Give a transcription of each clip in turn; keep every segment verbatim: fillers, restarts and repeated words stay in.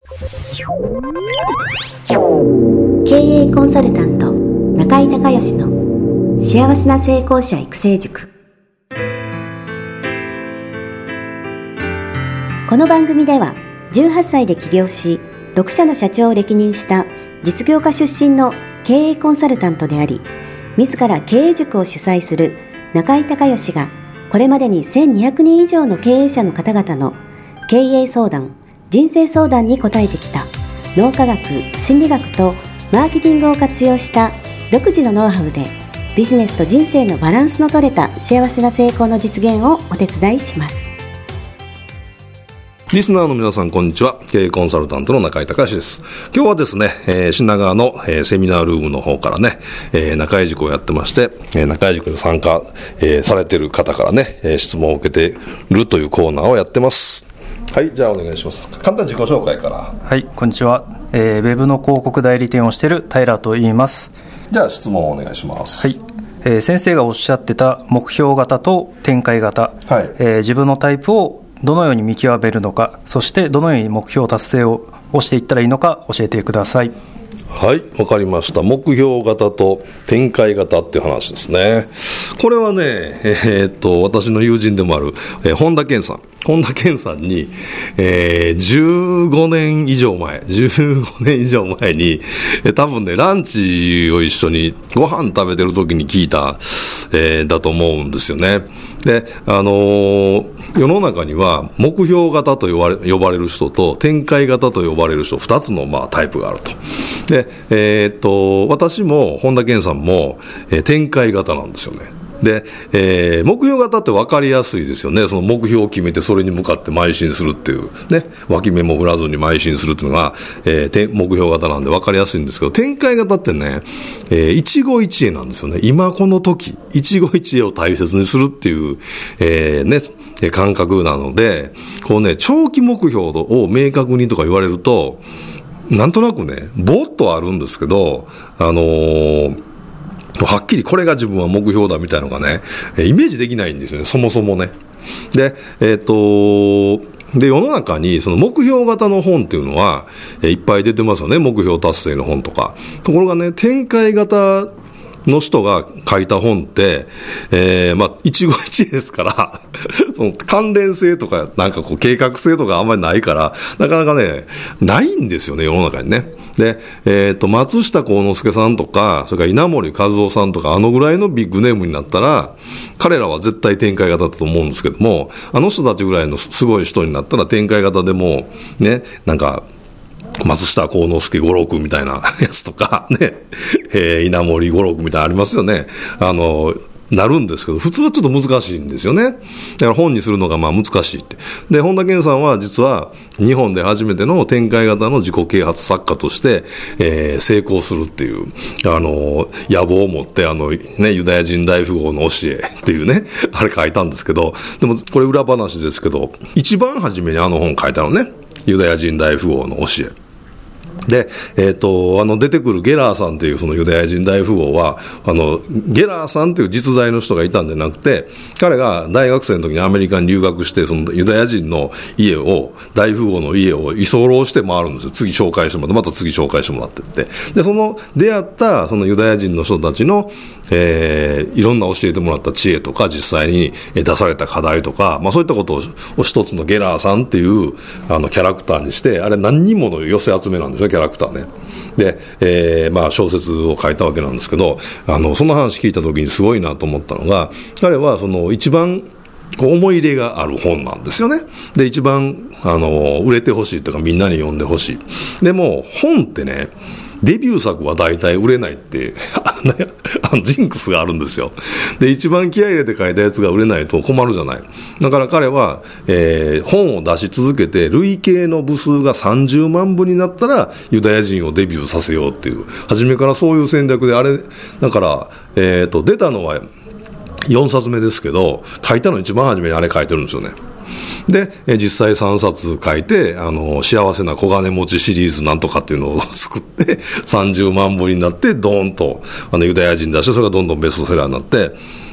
経営コンサルタント中井孝義の幸せな成功者育成塾。この番組ではじゅうはっさいで起業しろくしゃの社長を歴任した実業家出身の経営コンサルタントであり、自ら経営塾を主催する中井孝義がこれまでにせんにひゃくにん以上の経営者の方々の経営相談、人生相談に応えてきた脳科学、心理学とマーケティングを活用した独自のノウハウでビジネスと人生のバランスの取れた幸せな成功の実現をお手伝いします。 リスナーの皆さん、こんにちは。経営コンサルタントの中井孝義です。今日はですね、えー、品川の、えー、セミナールームの方からね、えー、中井塾をやってまして、えー、中井塾で参加、えー、されている方からね、えー、質問を受けているというコーナーをやってます。はい、じゃあお願いします。簡単に自己紹介から。 はい、こんにちは。えー、ウェブの広告代理店をしている平と言います。 じゃあ質問をお願いします。 はい。えー、先生がおっしゃってた目標型と展開型、はい、えー、自分のタイプをどのように見極めるのか、そしてどのように目標達成をしていったらいいのか教えてください。 はい、わかりました。目標型と展開型っていう話ですね。これはね、えー、っと私の友人でもある、えー、本田健さん本田健さんに、えー、じゅうごねん以上前じゅうごねん以上前に、えー、多分ねランチを一緒にご飯食べてる時に聞いた、えー、だと思うんですよね。で、あのー、世の中には目標型と呼ばれ、呼ばれる人と展開型と呼ばれる人ふたつの、まあ、タイプがあると。で、えー、っと私も本田健さんも、えー、展開型なんですよね。で、えー、目標型って分かりやすいですよね。その目標を決めてそれに向かって邁進するっていうね、脇目も振らずに邁進するっていうのが、えー、目標型なんで分かりやすいんですけど、展開型ってね、えー、一期一会なんですよね。今この時一期一会を大切にするっていう、えー、ね感覚なので、こうね長期目標を明確にとか言われるとなんとなくねぼーっとあるんですけど、あのーはっきりこれが自分は目標だみたいなのがねイメージできないんですよね、そもそもね。で、えっとで世の中にその目標型の本っていうのはいっぱい出てますよね。目標達成の本とか。ところがね展開型の人が書いた本って、えー、まあ一期一会ですからその関連性とかなんかこう計画性とかあんまりないからなかなかねないんですよね、世の中にね。で、えー、と松下幸之助さんとかそれから稲森和夫さんとかあのぐらいのビッグネームになったら彼らは絶対展開型だと思うんですけども、あの人たちぐらいのすごい人になったら展開型でもね、なんか松下幸之助五郎みたいなやつとかね、えー、稲森五郎みたいなのありますよね。あのなるんですけど、普通はちょっと難しいんですよね。だから本にするのがまあ難しいって。で、本田健さんは実は日本で初めての展開型の自己啓発作家として、えー、成功するっていうあの野望を持ってあの、ね、ユダヤ人大富豪の教えっていうねあれ書いたんですけど、でもこれ裏話ですけど一番初めにあの本書いたのね、ユダヤ人大富豪の教えで、えっと、あの、出てくるゲラーさんというそのユダヤ人大富豪は、あの、ゲラーさんという実在の人がいたんじゃなくて、彼が大学生の時にアメリカに留学して、そのユダヤ人の家を、大富豪の家を居候して回るんですよ。次紹介してもらって、また次紹介してもらってって。で、その出会ったそのユダヤ人の人たちの、えー、いろんな教えてもらった知恵とか、実際に出された課題とか、まあそういったことを一つのゲラーさんっていうあのキャラクターにして、あれ何人もの寄せ集めなんですよ、キャラクターね。で、えー、まあ小説を書いたわけなんですけど、あのその話聞いた時にすごいなと思ったのが、彼はその一番こう思い入れがある本なんですよね。で、一番あの売れてほしいとかみんなに読んでほしい。でも本ってね、デビュー作は大体売れないってあのジンクスがあるんですよ。で、一番気合い入れて書いたやつが売れないと困るじゃない。だから彼は、えー、本を出し続けて累計の部数がさんじゅうまんぶになったらユダヤ人をデビューさせようっていう、初めからそういう戦略で、あれだから、えーと、出たのはよんさつめですけど、書いたの一番初めにあれ書いてるんですよね。で、実際さんさつ書いて、あの幸せな小金持ちシリーズなんとかっていうのを作ってさんじゅうまんぶになってドーンとあのユダヤ人出して、それがどんどんベストセラーになって、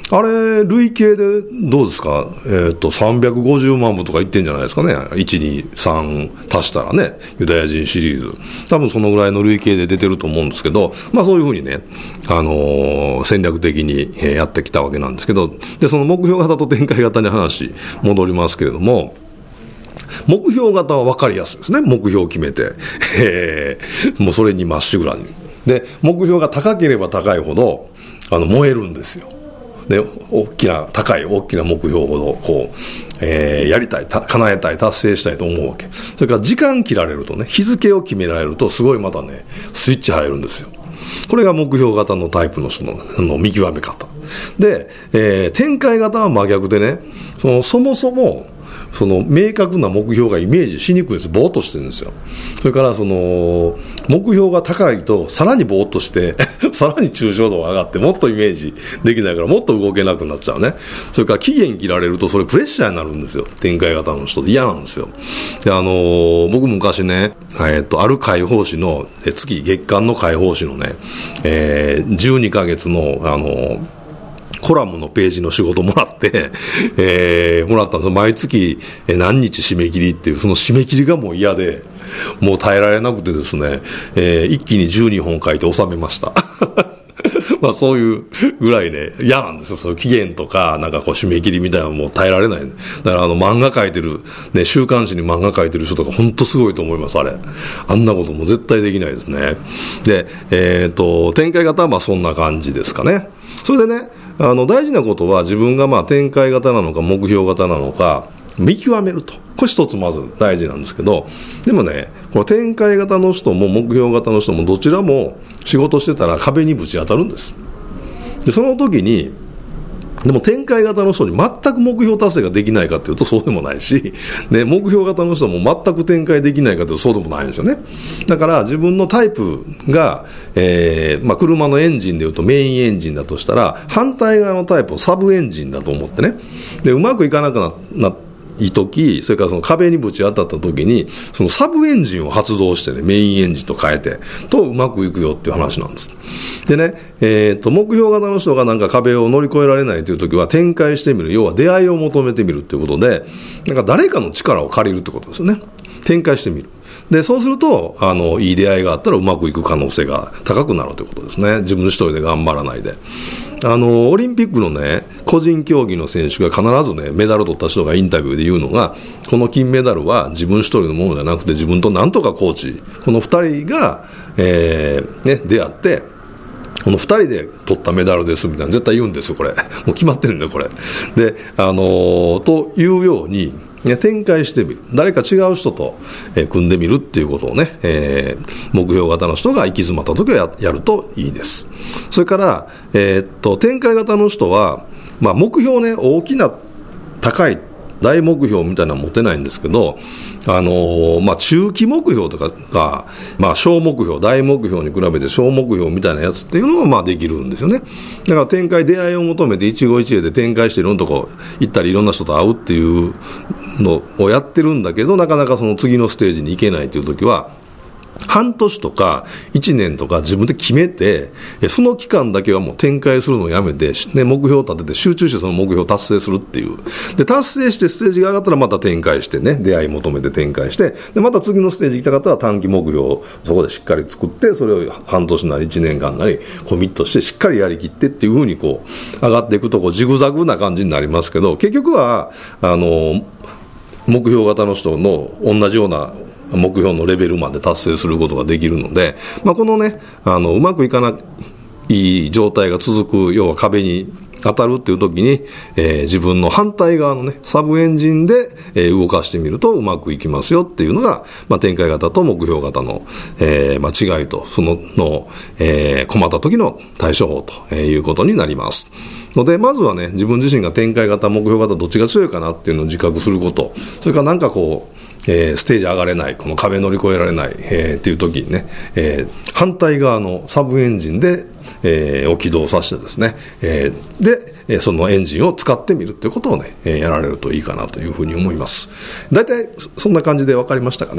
あれ累計でどうですか、えー、とさんびゃくごじゅうまんぶとかいってんじゃないですかね。いちにさん足したらね、ユダヤ人シリーズ多分そのぐらいの累計で出てると思うんですけど、まあそういうふうにね、あのー、戦略的にやってきたわけなんですけど、でその目標型と展開型に話戻りますけれども、目標型は分かりやすいですね。目標を決めて、えー、もうそれにまっしぐらにで、目標が高ければ高いほどあの燃えるんですよ。で大きな高い大きな目標ほどこう、えー、やりたい、叶えたい、達成したいと思うわけ。それから時間切られるとね、日付を決められるとすごいまたねスイッチ入るんですよ。これが目標型のタイプの人 の, の見極め方で、えー、展開型は真逆でね、そのそもそもその明確な目標がイメージしにくいんです。ぼーっとしてるんですよ。それからその目標が高いとさらにぼーっとしてさらに抽象度が上がってもっとイメージできないからもっと動けなくなっちゃうね。それから期限切られるとそれプレッシャーになるんですよ。展開型の人で嫌なんですよ。で、あのー、僕昔ね、えー、っとある解放誌の月月間の解放誌のね、えー、じゅうにかげつのあのーコラムのページの仕事もらって、えー、もらったんですよ。毎月何日締め切りっていう、その締め切りがもう嫌で、もう耐えられなくてですね、えー、一気にじゅうにほん書いて収めました。まあそういうぐらいね、嫌なんですよ。その期限とか、なんかこう締め切りみたいなのも耐えられない。だからあの漫画描いてる、ね、週刊誌に漫画描いてる人とか本当すごいと思います、あれ。あんなことも絶対できないですね。で、えっと、展開型はまあそんな感じですかね。それでね、あの大事なことは自分がまあ展開型なのか目標型なのか見極めると。これ一つまず大事なんですけど、でもね、この展開型の人も目標型の人もどちらも仕事してたら壁にぶち当たるんです。でその時にでも展開型の人に全く目標達成ができないかというとそうでもないし、ね、目標型の人も全く展開できないかというとそうでもないんですよね。だから自分のタイプが、えーまあ、車のエンジンでいうとメインエンジンだとしたら反対側のタイプをサブエンジンだと思ってね、でうまくいかなくなないい時、それからその壁にぶち当たった時にそのサブエンジンを発動してね、メインエンジンと変えてとうまくいくよっていう話なんです。でね、えー、と目標型の人がなんか壁を乗り越えられないという時は展開してみる、要は出会いを求めてみるということで、なんか誰かの力を借りるってことですよね。展開してみる。でそうするとあのいい出会いがあったらうまくいく可能性が高くなるということですね。自分一人で頑張らないで。あのオリンピックのね個人競技の選手が必ずねメダルを取った人がインタビューで言うのが、この金メダルは自分一人のものじゃなくて自分となんとかコーチ、このふたりが、えーね、出会ってこのふたりで取ったメダルですみたいな絶対言うんですよ。これもう決まってるんだよこれで、あのー、というように展開してみる、誰か違う人と、えー、組んでみるっていうことをね、えー、目標型の人が行き詰まった時は や, やるといいです。それから、えー、っと展開型の人は、まあ、目標ね、大きな高い大目標みたいなのは持てないんですけど、あのーまあ、中期目標とかが、まあ、小目標大目標に比べて小目標みたいなやつっていうのはまあできるんですよね。だから展開出会いを求めて一期一会で展開していろんなとこ行ったりいろんな人と会うっていうのをやってるんだけど、なかなかその次のステージに行けないという時は半年とかいちねんとか自分で決めて、その期間だけはもう展開するのをやめて、ね、目標を立てて集中してその目標を達成するっていう。で達成してステージが上がったらまた展開してね、出会い求めて展開して、でまた次のステージ行きたかったら短期目標をそこでしっかり作って、それを半年なりいちねんかんなりコミットしてしっかりやりきってっていう風にこう上がっていくとこうジグザグな感じになりますけど、結局はあの目標型の人の同じような目標のレベルまで達成することができるので、まあ、このねあのうまくいかない状態が続く、要は壁に当たるっていう時に、えー、自分の反対側のねサブエンジンで、えー、動かしてみるとうまくいきますよっていうのが、まあ、展開型と目標型の、えーまあ、違いとそのの、えー、困った時の対処法ということになりますので、まずはね自分自身が展開型目標型どっちが強いかなっていうのを自覚すること、それからなんかこうえー、ステージ上がれない、この壁乗り越えられない、えー、っていう時にね、えー、反対側のサブエンジンで、えー、を起動させてですね、えー、で、えー、そのエンジンを使ってみるっていうことをね、えー、やられるといいかなというふうに思います。だいたいそんな感じで分かりましたかね。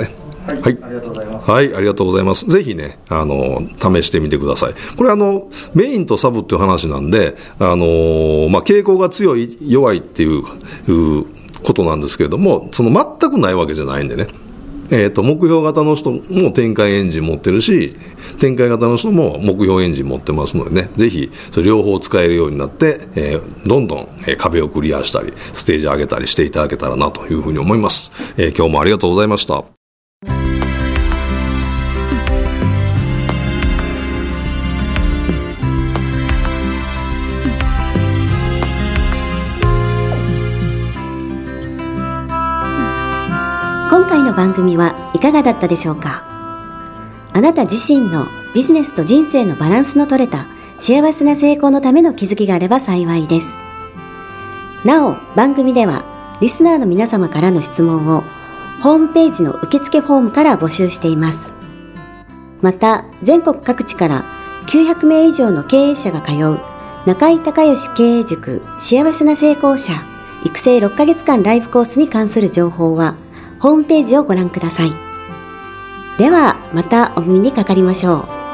はい、はい、ありがとうございます。 はい、ありがとうございます。ぜひね、あの試してみてください。これあのメインとサブっていう話なんで、あのまあ、傾向が強い弱いっていうことなんですけれども、その全くないわけじゃないんでね。えーと、目標型の人も展開エンジン持ってるし、展開型の人も目標エンジン持ってますのでね、ぜひそれ両方使えるようになって、えー、どんどん壁をクリアしたりステージ上げたりしていただけたらなというふうに思います。えー、今日もありがとうございました。 今回の番組はいかがだったでしょうか。あなた自身のビジネスと人生のバランスの取れた幸せな成功のための気づきがあれば幸いです。なお、番組ではリスナーの皆様からの質問をホームページの受付フォームから募集しています。また、全国各地からきゅうひゃくめい以上の経営者が通う中井孝義経営塾幸せな成功者育成ろっかげつかんライブコースに関する情報はホームページをご覧ください。ではまたお耳にかかりましょう。